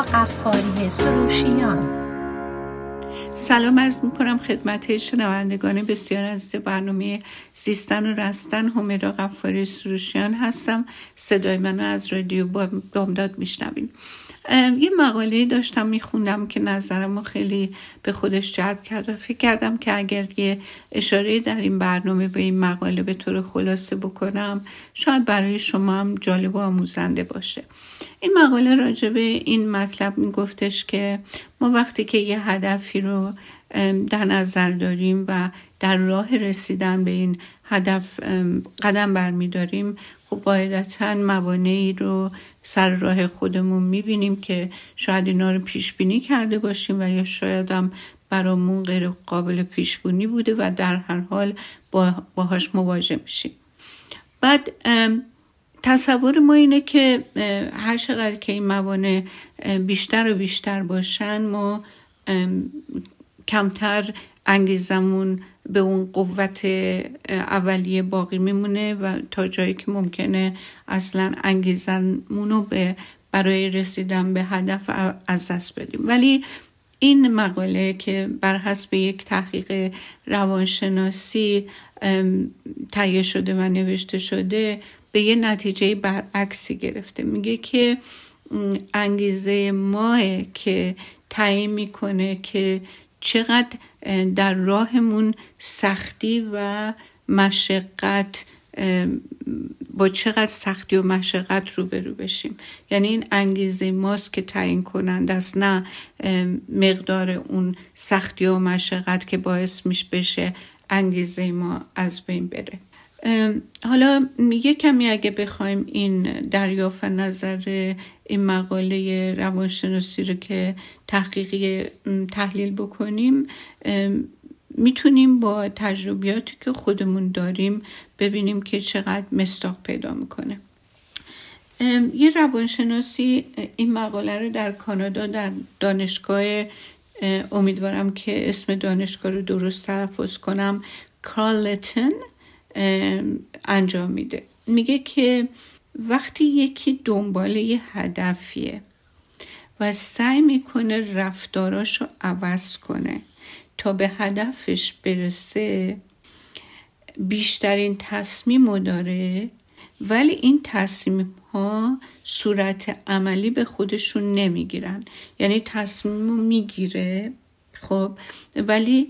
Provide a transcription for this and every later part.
غفاری سروشیان. سلام عرض میکنم خدمت شنوندگان بسیار عزیز برنامه زیستن و رستن. همیرا غفاری سروشیان هستم. صدای من از رادیو بامداد میشنوین. یه مقاله داشتم میخوندم که نظرمو خیلی به خودش جلب کرد و فکر کردم که اگر یه اشاره در این برنامه به این مقاله به طور خلاصه بکنم شاید برای شما هم جالب و آموزنده باشه. این مقاله راجع به این مطلب میگفتش که ما وقتی که یه هدفی رو در نظر داریم و در راه رسیدن به این هدف قدم برمیداریم، خب قاعدتاً موانعی رو سر راه خودمون میبینیم که شاید اینا رو پیش بینی کرده باشیم و یا شاید هم برامون غیر قابل پیش بینی بوده و در هر حال باهاش مواجه میشیم. بعد تصور ما اینه که هر چقدر که این موانع بیشتر و بیشتر باشن ما کمتر انگیزمون به اون قوت اولیه باقی میمونه و تا جایی که ممکنه اصلا انگیزمون رو برای رسیدن به هدف از دست بدیم. ولی این مقاله که بر حسب یک تحقیق روانشناسی تهیه شده و نوشته شده به یه نتیجه برعکسی گرفته. میگه که انگیزه ماه که تعیین میکنه که چقدر در راهمون سختی و مشقت با چقدر سختی و مشقت روبرو بشیم. یعنی این انگیزه ماست که تعیین کننده است، نه مقدار اون سختی و مشقت که باعث میشه بشه انگیزه ما از بین بره. حالا یه کمی اگه بخوایم این دریافت نظر این مقاله روانشناسی رو که تحلیل بکنیم، میتونیم با تجربیاتی که خودمون داریم ببینیم که چقدر مصداق پیدا میکنه. یه روانشناسی این مقاله رو در کانادا در دانشگاه، امیدوارم که اسم دانشگاه رو درست تلفظ کنم، کارلتون انجام میده. میگه که وقتی یکی دنبال یه هدفیه و سعی میکنه رفتاراشو عوض کنه تا به هدفش برسه، بیشترین تصمیمو داره ولی این تصمیم ها صورت عملی به خودشون نمیگیرن. یعنی تصمیمو میگیره خب ولی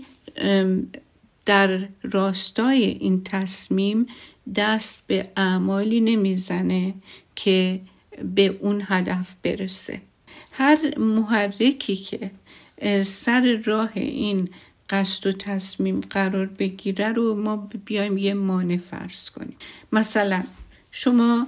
در راستای این تصمیم دست به اعمالی نمیزنه که به اون هدف برسه. هر محرکی که سر راه این قصد و تصمیم قرار بگیره رو ما بیایم یه مانع فرض کنیم. مثلا شما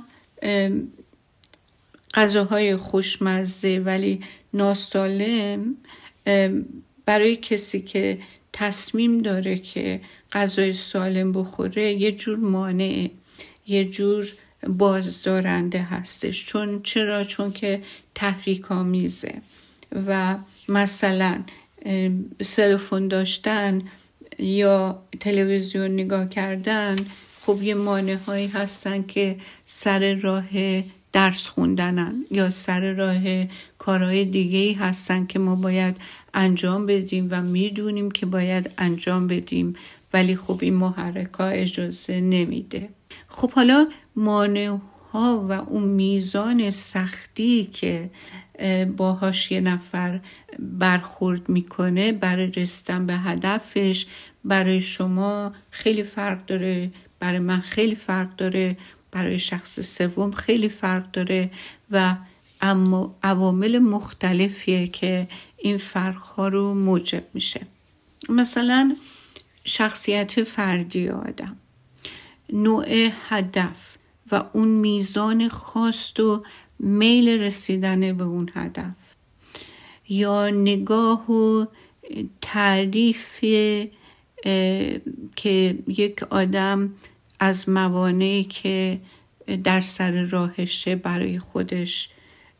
غذاهای خوشمزه ولی ناسالم برای کسی که تصمیم داره که غذای سالم بخوره یه جور مانع، یه جور بازدارنده هستش. چون که تحریک آمیزه و مثلا سلفون داشتن یا تلویزیون نگاه کردن خب یه مانع هایی هستن که سر راه درس خوندنن یا سر راه کارهای دیگه‌ای هستن که ما باید انجام بدیم و میدونیم که باید انجام بدیم ولی خب این محرک‌ها اجازه نمیده. خب حالا مانع‌ها و اون میزان سختی که باهاش یه نفر برخورد میکنه برای رسیدن به هدفش برای شما خیلی فرق داره، برای من خیلی فرق داره، برای شخص سوم خیلی فرق داره و اما عوامل مختلفیه که این فرق‌ها رو موجب میشه. مثلا شخصیت فردی آدم، نوع هدف و اون میزان خواست و میل رسیدن به اون هدف، یا نگاه و تعریف که یک آدم از موانعی که در سر راهشه برای خودش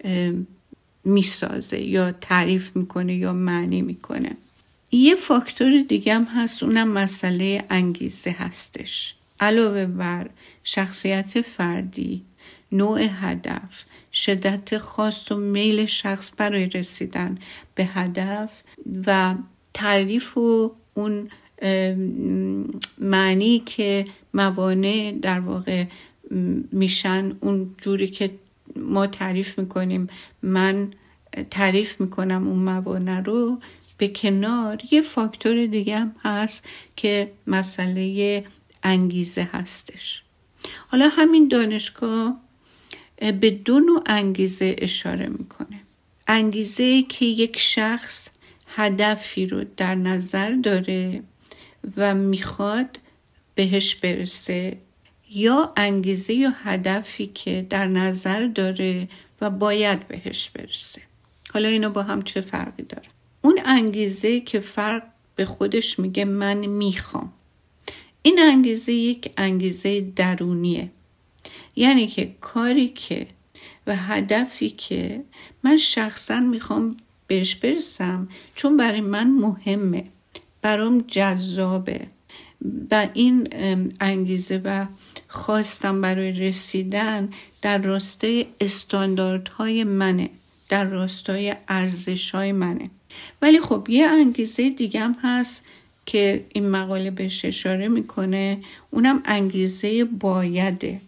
میسازه یا تعریف میکنه یا معنی میکنه. یه فاکتور دیگه هم هست، اونم مسئله انگیزه هستش. علاوه بر شخصیت فردی، نوع هدف، شدت خواست و میل شخص برای رسیدن به هدف و تعریف و اون معنی که موانع در واقع میشن، اون جوری که ما تعریف میکنیم، من تعریف میکنم اون موانع رو، به کنار یه فاکتور دیگه هم هست که مسئله انگیزه هستش. حالا همین دانشگاه به دو نوع انگیزه اشاره میکنه. انگیزه که یک شخص هدفی رو در نظر داره و میخواد بهش برسه، یا انگیزه یا هدفی که در نظر داره و باید بهش برسه. حالا اینا با هم چه فرقی داره؟ اون انگیزه که فرد به خودش میگه من میخوام، این انگیزه یک انگیزه درونیه. یعنی که کاری که و هدفی که من شخصا میخوام بهش برسم چون برای من مهمه، برام جذابه و این انگیزه و خواستم برای رسیدن در راستای استانداردهای منه، در راستای ارزشهای منه. ولی خب یه انگیزه دیگه هم هست که این مقاله بهش اشاره میکنه، اونم انگیزه بایده.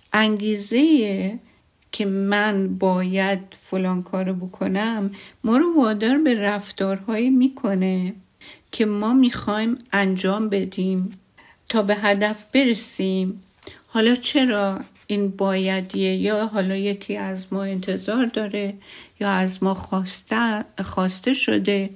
انگیزه که من باید فلان کارو بکنم ما رو وادار به رفتارهایی میکنه که ما میخوایم انجام بدیم تا به هدف برسیم. حالا چرا این بایدیه؟ یا حالا یکی از ما انتظار داره، یا از ما خواسته شده،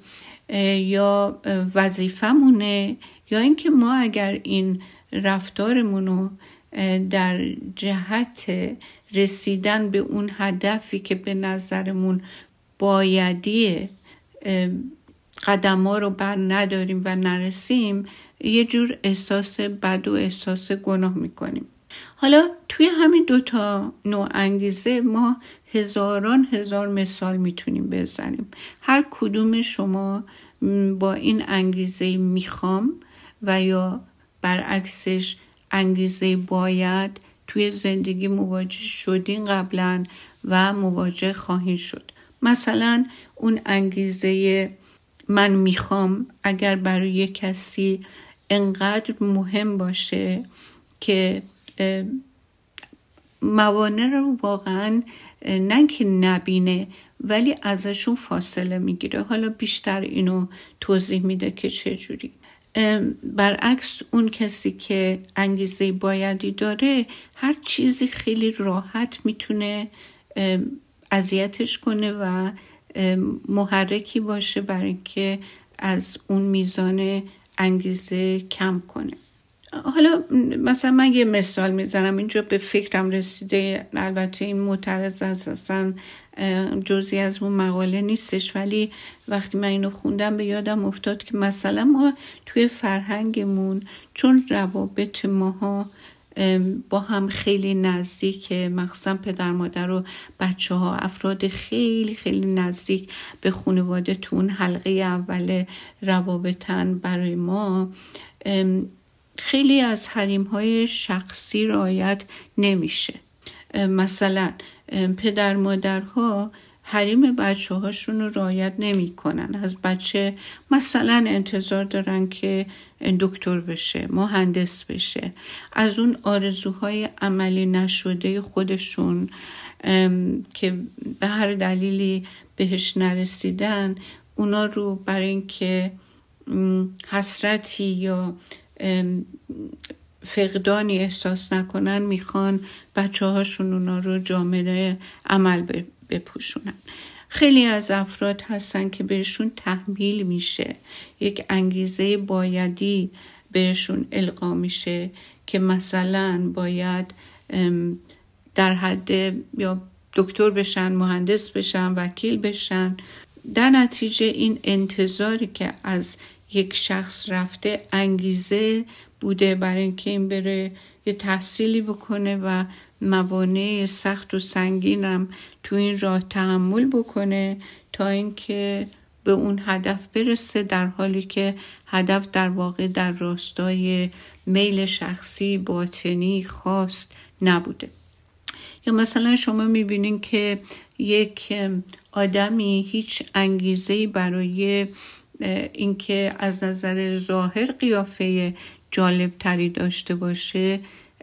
یا وظیفمونه، یا اینکه ما اگر این رفتارمونو در جهت رسیدن به اون هدفی که به نظرمون بایدیه قدم‌ها رو بر نداریم و نرسیم، یه جور احساس بد و احساس گناه میکنیم. حالا توی همین دوتا نوع انگیزه ما هزار مثال میتونیم بزنیم. هر کدوم شما با این انگیزه میخوام و یا برعکسش انگیزه باید توی زندگی مواجه شدین قبلا و مواجه خواهید شد. مثلا اون انگیزه من میخوام اگر برای کسی انقدر مهم باشه که موانع رو واقعا نه که نبینه ولی ازشون فاصله میگیره. حالا بیشتر اینو توضیح میده که چجوری. برعکس اون کسی که انگیزه بایدی داره هر چیزی خیلی راحت میتونه اذیتش کنه و محرکی باشه برای که از اون میزان انگیزه کم کنه. حالا مثلا من یه مثال میزنم، اینجا به فکرم رسیده، البته این معترض اصلا جزئی از اون مقاله نیستش، ولی وقتی من اینو خوندم به یادم افتاد که مثلا ما توی فرهنگمون چون روابط ماها با هم خیلی نزدیکه، مخصوصا پدر مادر و بچه ها افراد خیلی خیلی نزدیک به خانواده تو اون حلقه اول روابطن، برای ما خیلی از حریم‌های شخصی رعایت نمیشه. مثلا پدر مادرها حریم بچه هاشون رو رعایت نمی کنن. از بچه مثلا انتظار دارن که دکتر بشه، مهندس بشه، از اون آرزوهای عملی نشده خودشون که به هر دلیلی بهش نرسیدن، اونا رو برای اینکه حسرتی یا فقدانی احساس نکنن میخوان بچه هاشون اونا رو جامعه عمل بپوشونن. خیلی از افراد هستن که بهشون تحمیل میشه، یک انگیزه بایدی بهشون القا میشه که مثلا باید در حد یا دکتر بشن، مهندس بشن، وکیل بشن. در نتیجه این انتظاری که از یک شخص رفته انگیزه بوده برای اینکه این بره یه تحصیلی بکنه و موانع سخت و سنگینم تو این راه تحمل بکنه تا اینکه به اون هدف برسه، در حالی که هدف در واقع در راستای میل شخصی باطنی خواست نبوده. یا مثلا شما میبینین که یک آدمی هیچ انگیزه‌ای برای اینکه از نظر ظاهر قیافه جالب تری داشته باشه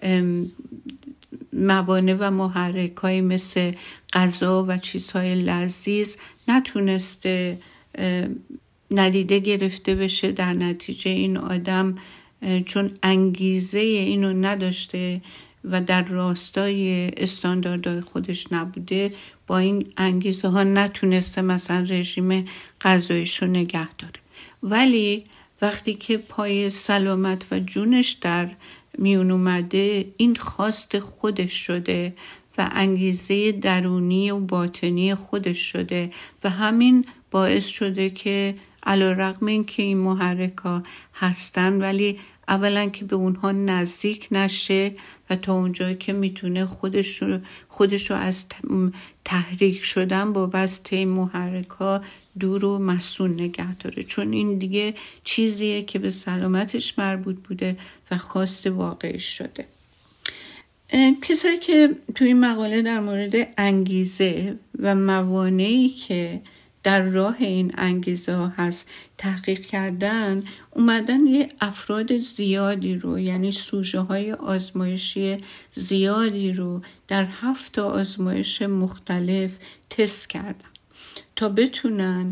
موانع و محرک‌هایی مثل غذا و چیزهای لذیذ نتونسته ندیده گرفته بشه. در نتیجه این آدم چون انگیزه اینو نداشته و در راستای استانداردهای خودش نبوده، با این انگیزه ها نتونسته مثلا رژیم غذاییشو نگه داره. ولی وقتی که پای سلامت و جونش در میون اومده، این خواست خودش شده و انگیزه درونی و باطنی خودش شده و همین باعث شده که علیرغم این که این محرک‌ها هستن ولی اولا که به اونها نزدیک نشه و تا اونجایی که میتونه خودش رو از تحریک شدن با واسطه این محرک‌ها دور و مسئول نگه داره، چون این دیگه چیزیه که به سلامتش مربوط بوده و خواست واقعیش شده. کسایی که توی این مقاله در مورد انگیزه و موانعی که در راه این انگیزه ها هست تحقیق کردن، اومدن یه افراد زیادی رو، یعنی سوژه های آزمایشی زیادی رو در 7 آزمایش مختلف تست کردن تا بتونن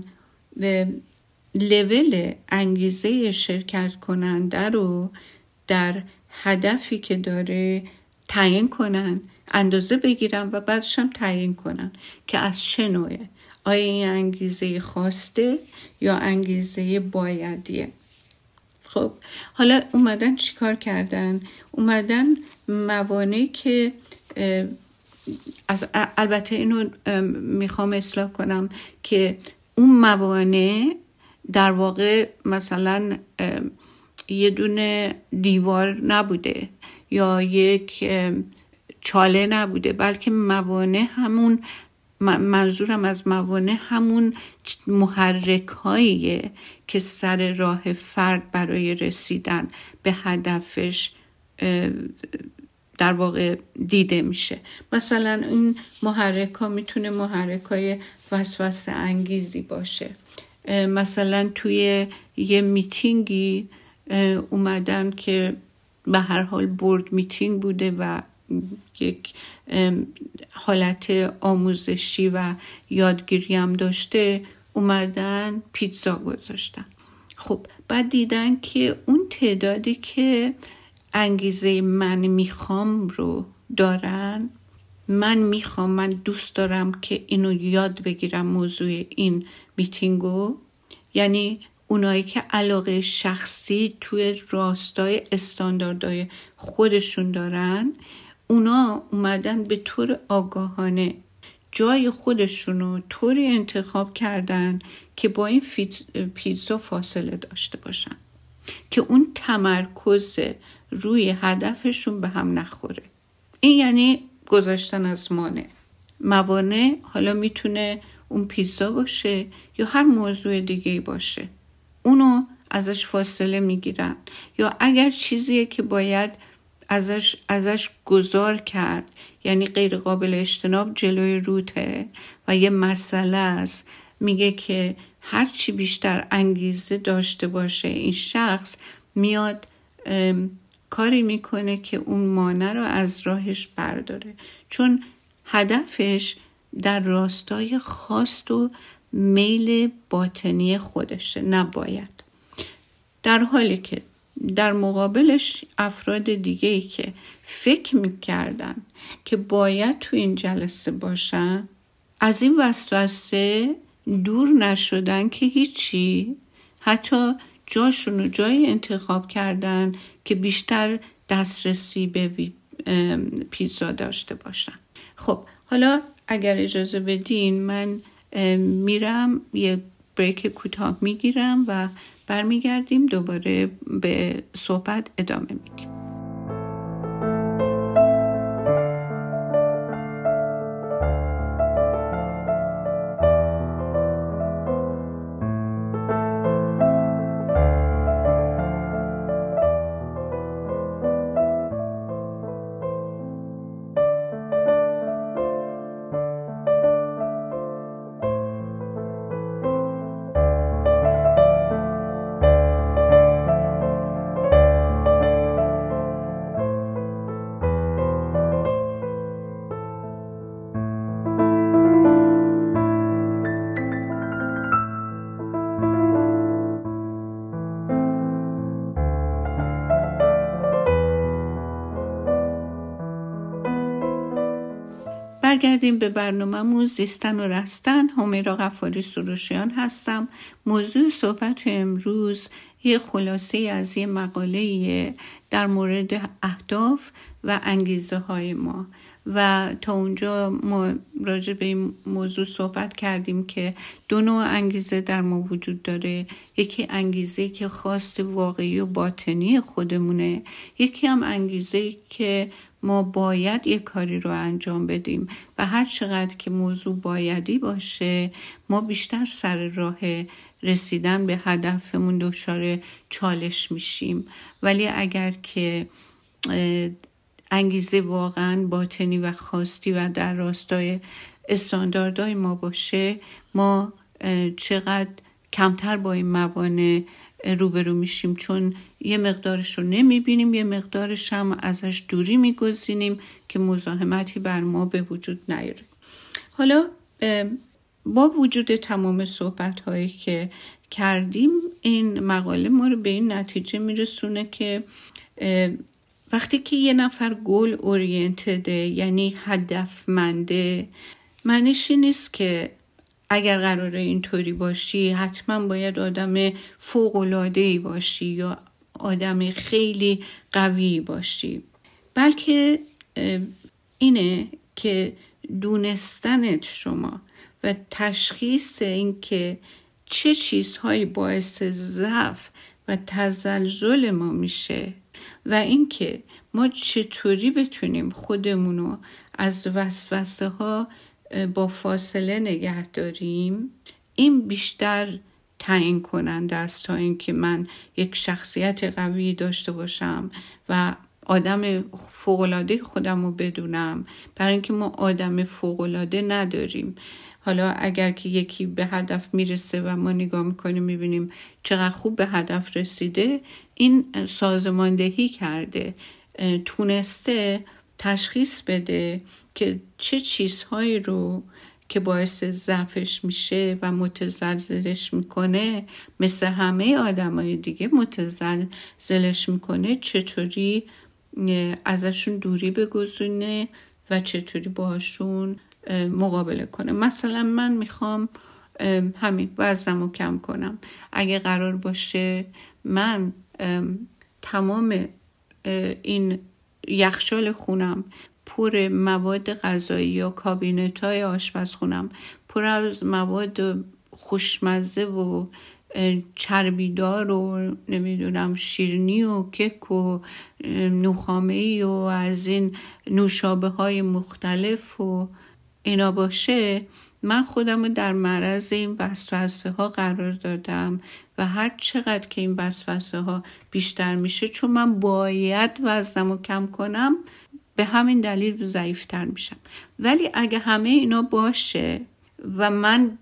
لول انگیزه شرکت کننده رو در هدفی که داره تعیین کنن، اندازه بگیرن و بعدش هم تعیین کنن که از چه نوعه. آیا این انگیزه خواسته یا انگیزه بایدیه؟ خب حالا اومدن چیکار کردن؟ اومدن موانعی که البته اینو میخوام اصلاح کنم که اون موانع در واقع مثلا یه دونه دیوار نبوده یا یک چاله نبوده، بلکه موانع همون، منظورم از موانع همون محرک هاییه که سر راه فرد برای رسیدن به هدفش در واقع دیده میشه. مثلا این محرک ها میتونه محرک های وسوسه انگیزی باشه. مثلا توی یه میتینگی اومدن که به هر حال بورد میتینگ بوده و یک حالت آموزشی و یادگیری هم داشته، اومدن پیتزا گذاشتن. خب بعد دیدن که اون تعدادی که انگیزه من میخوام رو دارن، من دوست دارم که اینو یاد بگیرم موضوع این میتینگو، یعنی اونایی که علاقه شخصی توی راستای استانداردهای خودشون دارن، اونا اومدن به طور آگاهانه جای خودشونو طوری انتخاب کردن که با این پیتزا فاصله داشته باشن که اون تمرکز روی هدفشون به هم نخوره. این یعنی گذاشتن از موانع. حالا میتونه اون پیتزا باشه یا هر موضوع دیگه باشه، اونو ازش فاصله میگیرن. یا اگر چیزیه که باید ازش گذار کرد، یعنی غیر قابل اجتناب جلوی روته و یه مسئله است، میگه که هرچی بیشتر انگیزه داشته باشه این شخص میاد کاری میکنه که اون مانع رو از راهش برداره، چون هدفش در راستای خواست و میل باطنی خودشه، نباید. در حالی که در مقابلش افراد دیگه‌ای که فکر میکردن که باید تو این جلسه باشن، از این وسوسه دور نشدن که هیچی، حتی جاشونو جایی انتخاب کردن که بیشتر دسترسی به پیتزا داشته باشن. خب حالا اگر اجازه بدین من میرم یه بریک کوتاه میگیرم و برمیگردیم دوباره به صحبت ادامه میدیم. برگردیم به برنامه‌مون زیستن و رستن. همیرا غفاری سروشیان هستم. موضوع صحبت امروز یه خلاصه از یه مقاله در مورد اهداف و انگیزه های ما و تا اونجا ما راجع به این موضوع صحبت کردیم که دو نوع انگیزه در ما وجود داره. یکی انگیزه که خواست واقعی و باطنی خودمونه، یکی هم انگیزه که ما باید یک کاری رو انجام بدیم و هر چقدر که موضوع بایدی باشه ما بیشتر سر راه رسیدن به هدفمون دچار چالش میشیم. ولی اگر که انگیزه واقعا باطنی و خواستی و در راستای استانداردهای ما باشه، ما چقدر کمتر با این موانع روبرو میشیم، چون یه مقدارش رو نمیبینیم، یه مقدارش هم ازش دوری میگزینیم که مزاحمتی بر ما به وجود نیاره. حالا با وجود تمام صحبت هایی که کردیم، این مقاله ما رو به این نتیجه میرسونه که وقتی که یه نفر گول اورینتده، یعنی هدفمنده، معنیش نیست که اگر قراره اینطوری باشی حتما باید آدم فوق‌العاده‌ای باشی یا آدم خیلی قوی باشی، بلکه اینه که دونستنت شما و تشخیص این که چه چیزهایی باعث ضعف و تزلزل ما میشه و این که ما چطوری بتونیم خودمونو از وسوسه ها با فاصله نگه داریم، این بیشتر تعیین کننده است تا اینکه من یک شخصیت قوی داشته باشم و آدم فوق‌العاده خودم رو بدونم، برای اینکه ما آدم فوق‌العاده نداریم. حالا اگر که یکی به هدف میرسه و ما نگاه میکنیم میبینیم چقدر خوب به هدف رسیده، این سازماندهی کرده، تونسته تشخیص بده که چه چیزهایی رو که باعث ضعفش میشه و متزلزلش میکنه، مثل همه آدمای دیگه متزلزلش میکنه، چطوری ازشون دوری بگذونه و چطوری باهاشون مقابله کنه. مثلا من میخوام همین وزنمو کم کنم. اگه قرار باشه من تمام این یخچال خونم پر مواد غذایی یا کابینت‌های آشپزخونم پر از مواد خوشمزه و چربیدار و نمیدونم شیرینی و کیک و نوخامه‌ای و از این نوشابه های مختلف و اینا باشه، من خودم رو در معرض این وسوسه ها قرار دادم و هر چقدر که این وسوسه ها بیشتر میشه، چون من باید وزنم رو کم کنم، به همین دلیل ضعیفتر میشم. ولی اگه همه اینا باشه و من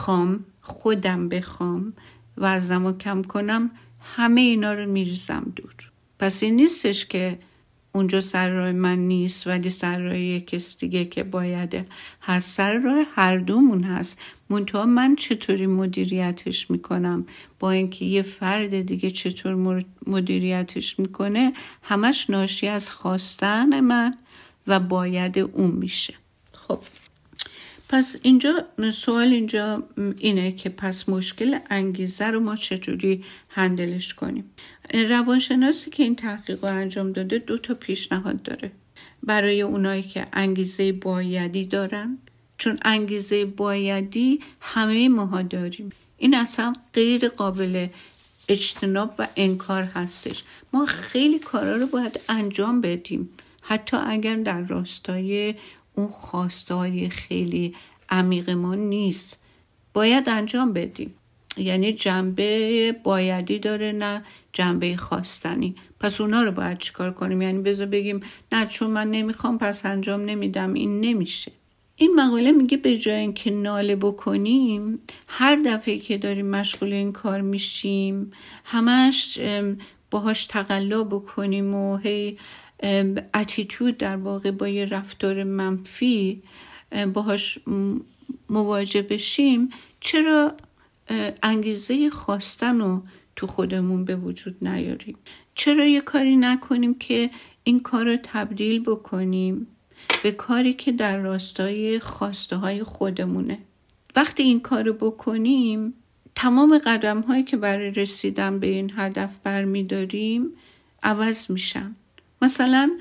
خودم بخوام وزنم رو کم کنم، همه اینا رو میریزم دور. پس این نیستش که اونجا سر راه من نیست ولی سر راه یک کس دیگه که باید هست، سر راه هر دومون هست. منتها من چطوری مدیریتش میکنم با اینکه یه فرد دیگه چطور مدیریتش میکنه، همش ناشی از خواستن من و باید اون میشه. خب پس سوال اینجا اینه که پس مشکل انگیزه رو ما چطوری هندلش کنیم. روانشناسی که این تحقیق رو انجام داده 2 پیشنهاد داره برای اونایی که انگیزه بایدی دارن، چون انگیزه بایدی همه ماها داریم، این اصلا غیر قابل اجتناب و انکار هستش. ما خیلی کارا رو باید انجام بدیم، حتی اگر در راستای اون خواستهای خیلی عمیق ما نیست، باید انجام بدیم. یعنی جنبه بایدی داره نه جنبه خواستنی. پس اونا رو باید چیکار کنیم؟ یعنی بذار بگیم نه چون من نمیخوام پس انجام نمیدم، این نمیشه. این مقاله میگه به جای اینکه ناله بکنیم، هر دفعه که داریم مشغول این کار میشیم همش باهاش تقلا بکنیم و هی اتیتود در واقع با یه رفتار منفی باهاش مواجه بشیم، چرا انگیزه خواستن رو تو خودمون به وجود نیاریم؟ چرا یه کاری نکنیم که این کار رو تبدیل بکنیم به کاری که در راستای خواسته های خودمونه. وقتی این کارو بکنیم تمام قدم هایی که برای رسیدن به این هدف برمیداریم عوض میشن. مثلا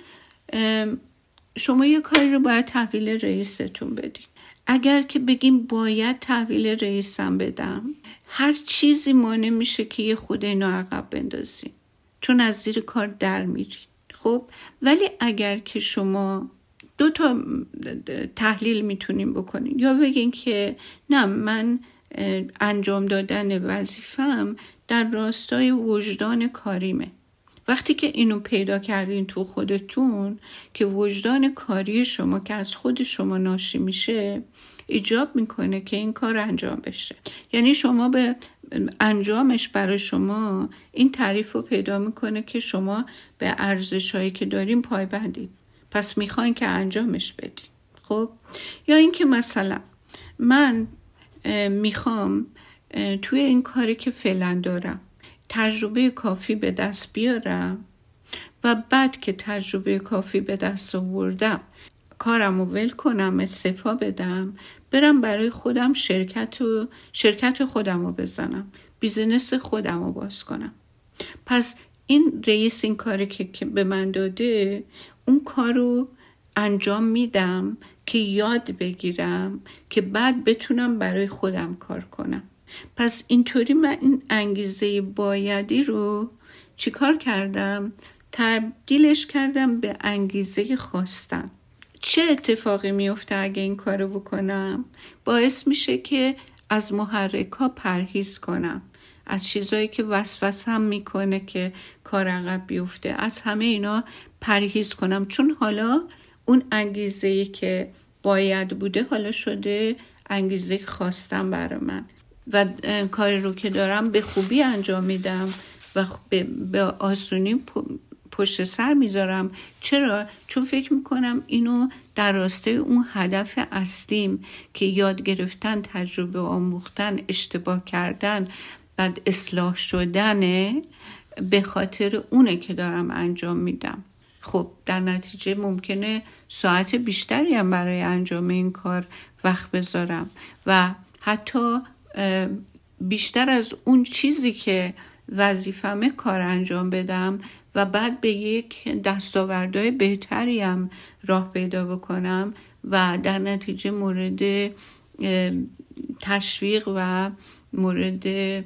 شما یه کاری رو باید تحویل رئیستون بدین. اگر که بگیم باید تحویل رئیسم بدم، هر چیزی مانع میشه که یه خود اینو عقب بندازیم، چون از زیر کار در میرین. خب ولی اگر که شما 2 تا تحلیل میتونین بکنین، یا بگین که نه، من انجام دادن وظیفه‌ام در راستای وجدان کاریمه. وقتی که اینو پیدا کردین تو خودتون که وجدان کاری شما که از خود شما ناشی میشه ایجاب میکنه که این کار انجام بشه، یعنی شما به انجامش برای شما این تعریف رو پیدا میکنه که شما به ارزش‌هایی که دارین پایبندید، پس میخواین که انجامش بدین. خب یا این که مثلا من میخوام توی این کاری که فعلا دارم تجربه کافی به دست بیارم و بعد که تجربه کافی به دست آوردم کارم رو ول کنم، استعفا بدم، برم برای خودم شرکت خودم رو بزنم، بیزینس خودم رو باز کنم. پس این رئیس این کاری که به من داده، اون کار رو انجام میدم که یاد بگیرم که بعد بتونم برای خودم کار کنم. پس اینطوری من این انگیزه بایدی رو چیکار کردم؟ تبدیلش کردم به انگیزه خواستن. چه اتفاقی میفته اگه این کارو بکنم؟ باعث میشه که از محرک‌ها پرهیز کنم، از چیزایی که وسوسه‌ام میکنه که کار عقب بیفته، از همه اینا پرهیز کنم، چون حالا اون انگیزه‌ای که باید بوده حالا شده انگیزه خواستم برای من و کاری رو که دارم به خوبی انجام میدم و به آسونی پشت سر میذارم. چرا؟ چون فکر میکنم اینو در راستای اون هدف اصلیم که یاد گرفتن، تجربه آموختن، اشتباه کردن، بعد اصلاح شدنه، به خاطر اونه که دارم انجام میدم. خب در نتیجه ممکنه ساعت بیشتری هم برای انجام این کار وقت بذارم و حتی بیشتر از اون چیزی که وظیفه‌مه کار انجام بدم و بعد به یک دستاوردهای بهتری هم راه پیدا بکنم و در نتیجه مورد تشویق و مورد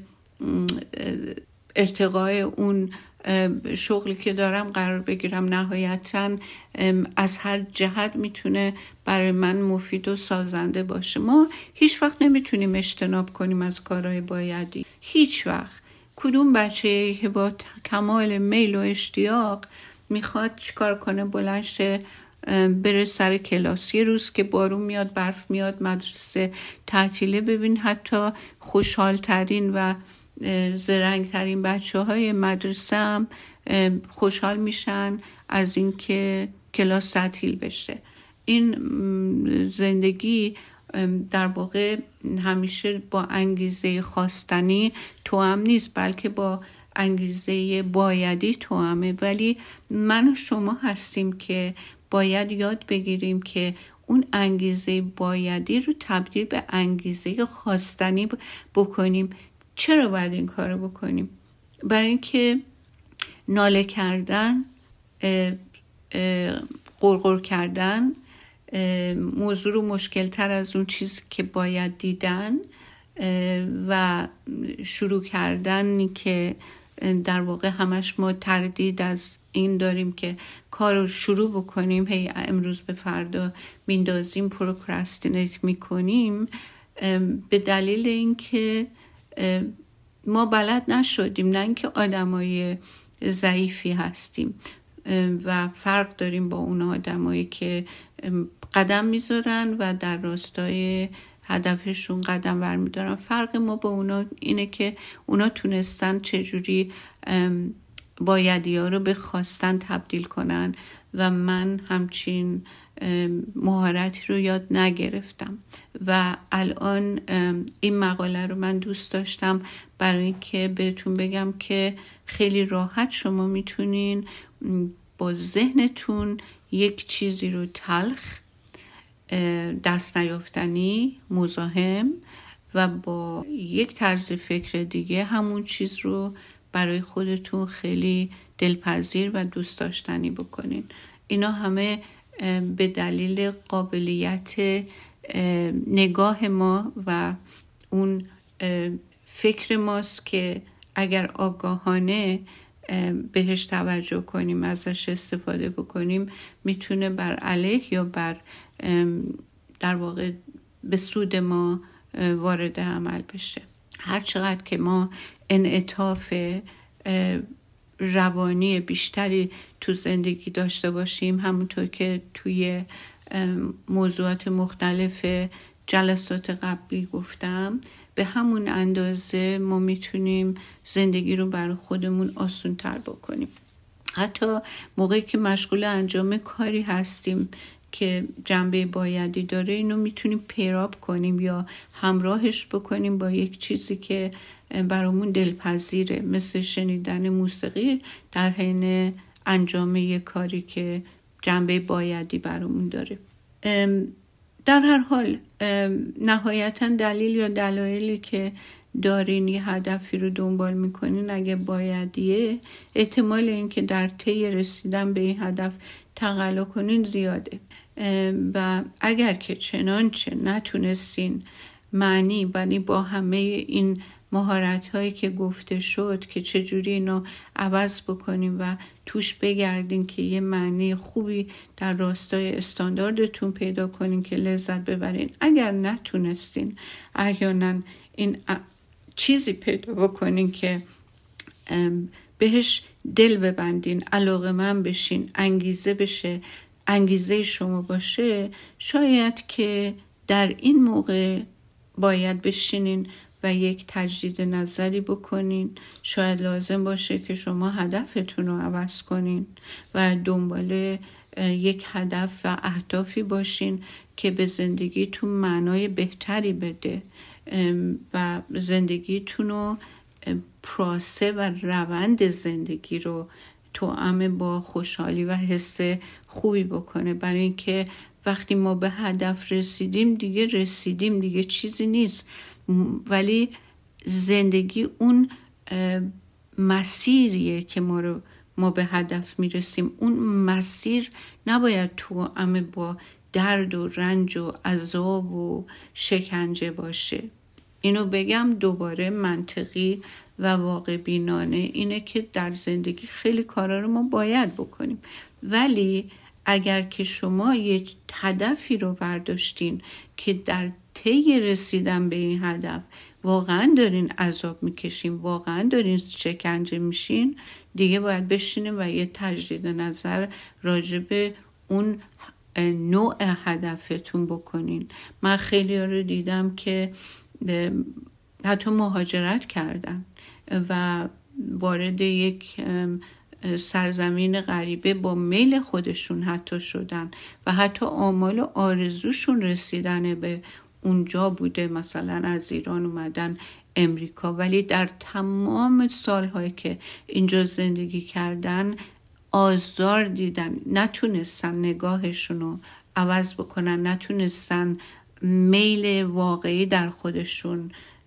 ارتقای اون شغلی که دارم قرار بگیرم. نهایتاً از هر جهت میتونه برای من مفید و سازنده باشه. ما هیچ وقت نمیتونیم اجتناب کنیم از کارهای بایدی، هیچ وقت. کدوم بچه که با کمال میل و اشتیاق میخواد چیکار کنه؟ بلند شه بره سر کلاس. یه روز که بارون میاد، برف میاد، مدرسه تعطیله، ببین حتی خوشحال ترین و زرنگ ترین بچه های مدرسه هم خوشحال میشن از اینکه کلاس تعطیل بشه. این زندگی در واقع همیشه با انگیزه خواستنی توأم نیست، بلکه با انگیزه بایدی توأمه. ولی من و شما هستیم که باید یاد بگیریم که اون انگیزه بایدی رو تبدیل به انگیزه خواستنی بکنیم. چرا باید این کار رو بکنیم؟ برای اینکه ناله کردن، غرغر کردن موضوع رو مشکل تر از اون چیزی که باید دیدن و شروع کردن که در واقع همش ما تردید از این داریم که کار رو شروع بکنیم، هی امروز به فردا میندازیم، پروکرستینیت میکنیم، به دلیل اینکه ما بلد نشدیم، نه اینکه آدمای ضعیفی هستیم و فرق داریم با اون آدمایی که قدم میذارن و در راستای هدفشون قدم برمیدارن. فرق ما با اونا اینه که اونا تونستن چجوری بایدی ها رو به خواستن تبدیل کنن و من همچین مهارتی رو یاد نگرفتم. و الان این مقاله رو من دوست داشتم برای اینکه بهتون بگم که خیلی راحت شما میتونین با ذهنتون یک چیزی رو تلخ دست نیافتنی، مزاحم و با یک طرز فکر دیگه همون چیز رو برای خودتون خیلی دلپذیر و دوست داشتنی بکنین. اینا همه به دلیل قابلیت نگاه ما و اون فکر ماست که اگر آگاهانه بهش توجه کنیم، ازش استفاده بکنیم، میتونه بر علیه یا بر در واقع به سود ما وارد عمل بشه. هر چقدر که ما انعطاف روانی بیشتری تو زندگی داشته باشیم، همونطور که توی موضوعات مختلف جلسات قبلی گفتم، به همون اندازه ما میتونیم زندگی رو برای خودمون آسان تر بکنیم. حتی موقعی که مشغول انجام کاری هستیم که جنبه بایدی داره، اینو میتونیم پیراب کنیم یا همراهش بکنیم با یک چیزی که برامون دلپذیره، مثل شنیدن موسیقی در حین انجام یک کاری که جنبه بایدی برامون داره. در هر حال نهایتا دلیل یا دلایلی که دارین یه هدفی رو دنبال میکنین اگه بایدیه، احتمال این که در طی رسیدن به این هدف تقلا کنین زیاده و اگر که چنانچه نتونستین معنی با همه این مهارت هایی که گفته شد که چجوری اینا عوض بکنیم و توش بگردین که یه معنی خوبی در راستای استانداردتون پیدا کنین که لذت ببرین، اگر نتونستین احیانا این چیزی پیدا بکنین که بهش دل ببندین، علاقه‌مند بشین، انگیزه شما باشه، شاید که در این موقع باید بشینین و یک تجدید نظری بکنین. شاید لازم باشه که شما هدفتون رو عوض کنین و دنبال یک هدف و اهدافی باشین که به زندگیتون معنای بهتری بده و زندگیتون رو پروسه و روند زندگی رو توأم با خوشحالی و حس خوبی بکنه. برای اینکه وقتی ما به هدف رسیدیم دیگه چیزی نیست، ولی زندگی اون مسیریه که ما به هدف میرسیم. اون مسیر نباید توأم با درد و رنج و عذاب و شکنجه باشه. اینو بگم دوباره منطقی و واقع بینانه اینه که در زندگی خیلی کارا رو ما باید بکنیم، ولی اگر که شما یک هدفی رو برداشتین که در طی رسیدن به این هدف واقعا دارین عذاب میکشین، واقعا دارین شکنجه میشین، دیگه باید بشینیم و یه تجدید نظر راجع به اون نوع هدفتون بکنین. من خیلی ها رو دیدم که حتی مهاجرت کردن و وارد یک سرزمین غریبه با میل خودشون حتی شدن و حتی آمال و آرزوشون رسیدن به اونجا بوده، مثلا از ایران اومدن امریکا، ولی در تمام سالهایی که اینجا زندگی کردن آزار دیدن، نتونستن نگاهشون رو عوض بکنن، نتونستن میل واقعی در خودشون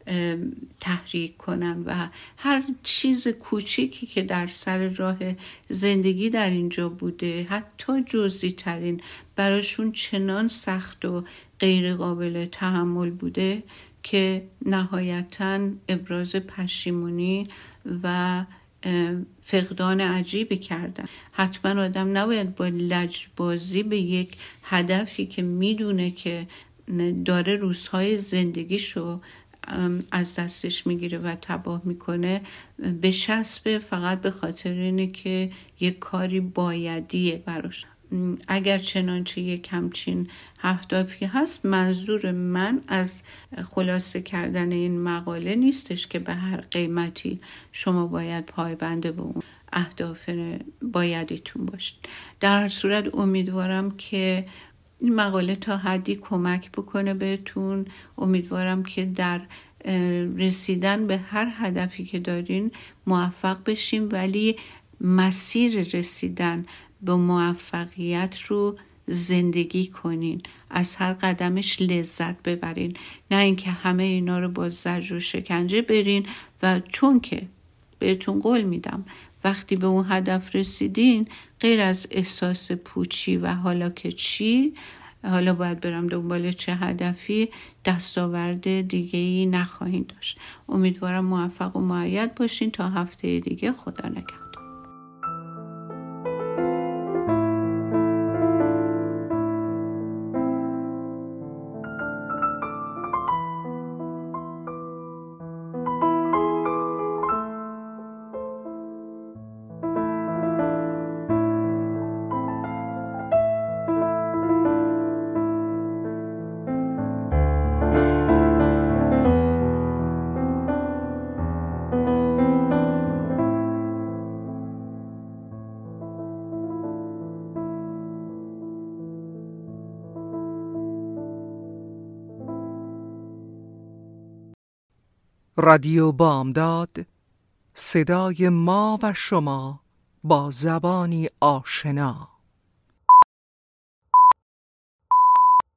تحریک کنن و هر چیز کوچیکی که در سر راه زندگی در اینجا بوده، حتی جزئی ترین، براشون چنان سخت و غیر قابل تحمل بوده که نهایتاً ابراز پشیمونی و فقدان عجیبی کردن. حتما آدم نباید با لجبازی به یک هدفی که میدونه که داره روزهای زندگیشو از دستش میگیره و تباه میکنه بچسبه فقط به خاطر اینه که یک کاری بایدیه براش. اگر چنانچه یک همچین هدفی هست، منظور من از خلاصه کردن این مقاله نیستش که به هر قیمتی شما باید پایبند به اون اهداف بایدیتون باشید. در هر صورت امیدوارم که این مقاله تا حدی کمک بکنه بهتون. امیدوارم که در رسیدن به هر هدفی که دارین موفق بشیم، ولی مسیر رسیدن به موفقیت رو زندگی کنین، از هر قدمش لذت ببرین، نه اینکه همه اینا رو با زجر و شکنجه برین. و چون که بهتون قول میدم وقتی به اون هدف رسیدین، غیر از احساس پوچی و حالا که چی، حالا باید برم دنبال چه هدفی، دستاورد دیگه‌ای نخواهین داشت. امیدوارم موفق و مؤید باشین. تا هفته دیگه، خدا نگهدار. رادیو بامداد، صدای ما و شما با زبانی آشنا.